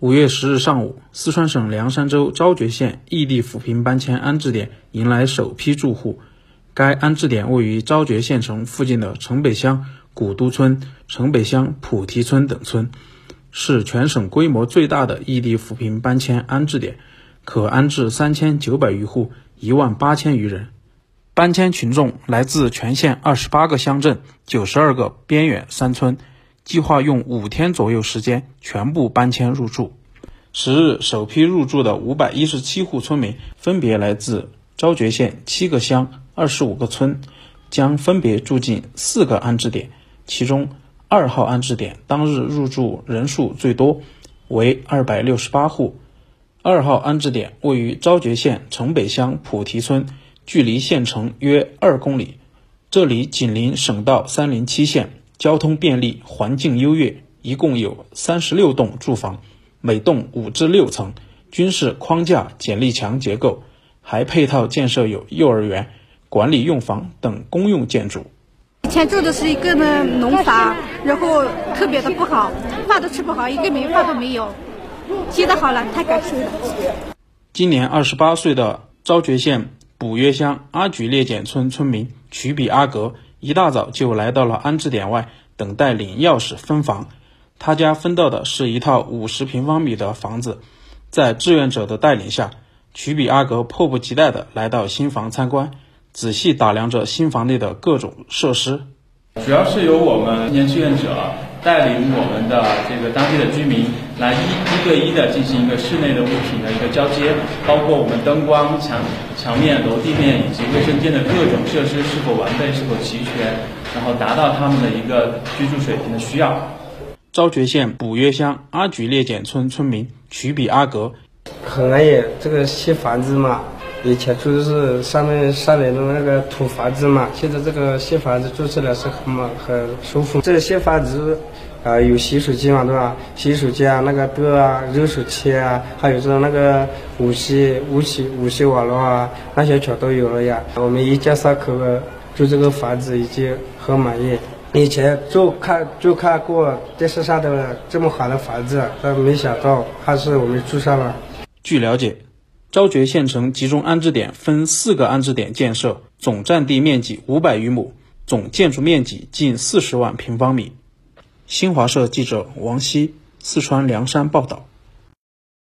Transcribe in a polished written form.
月10日上午，四川省凉山州昭觉县异地扶贫搬迁安置点迎来首批住户。该安置点位于昭觉县城附近的城北乡古都村、城北乡菩提村等村，是全省规模最大的异地扶贫搬迁安置点，可安置3900余户，18000余人。搬迁群众来自全县28个乡镇、92个边远山村，计划用5天左右时间全部搬迁入住。10日首批入住的517户村民分别来自昭觉县7个乡、25个村，将分别住进4个安置点，其中2号安置点当日入住人数最多，为268户。2号安置点位于昭觉县城北乡菩提村，距离县城约2公里，这里紧邻省道307线，交通便利，环境优越，一共有36栋住房，每栋5至6层，均是框架剪力墙结构，还配套建设有幼儿园、管理用房等公用建筑。 以前住的是一个农房，然后特别的不好，饭都吃不好，一个米饭都没有。现在好了，太感谢了。 今年28岁的昭觉县卜约乡阿举列检村村民曲比阿格一大早就来到了安置点外，等待领钥匙分房。他家分到的是一套50平方米的房子，在志愿者的带领下，曲比阿格迫不及待地来到新房参观，仔细打量着新房内的各种设施。 主要是由我们青年志愿者带领我们的这个当地的居民来一对一的进行一个室内的物品的一个交接，包括我们灯光、墙面、楼地面以及卫生间的各种设施是否完备、是否齐全，然后达到他们的一个居住水平的需要。 昭觉县卜约乡阿举列检村村民曲比阿格很安逸，这个新房子嘛，以前住的是上面的那个土房子嘛，现在这个新房子住起来是很舒服。这个新房子有洗手间嘛，对吧？洗手间啊，那个灯啊，热水器啊，还有那个无线网络啊，那些全都有了呀。我们一家3口住这个房子已经很满意。以前就看过电视上的这么好的房子，但没想到还是我们住上了。 据了解，昭觉县城集中安置点分4个安置点建设，总占地面积500余亩，总建筑面积近40万平方米。新华社记者王希，四川凉山报道。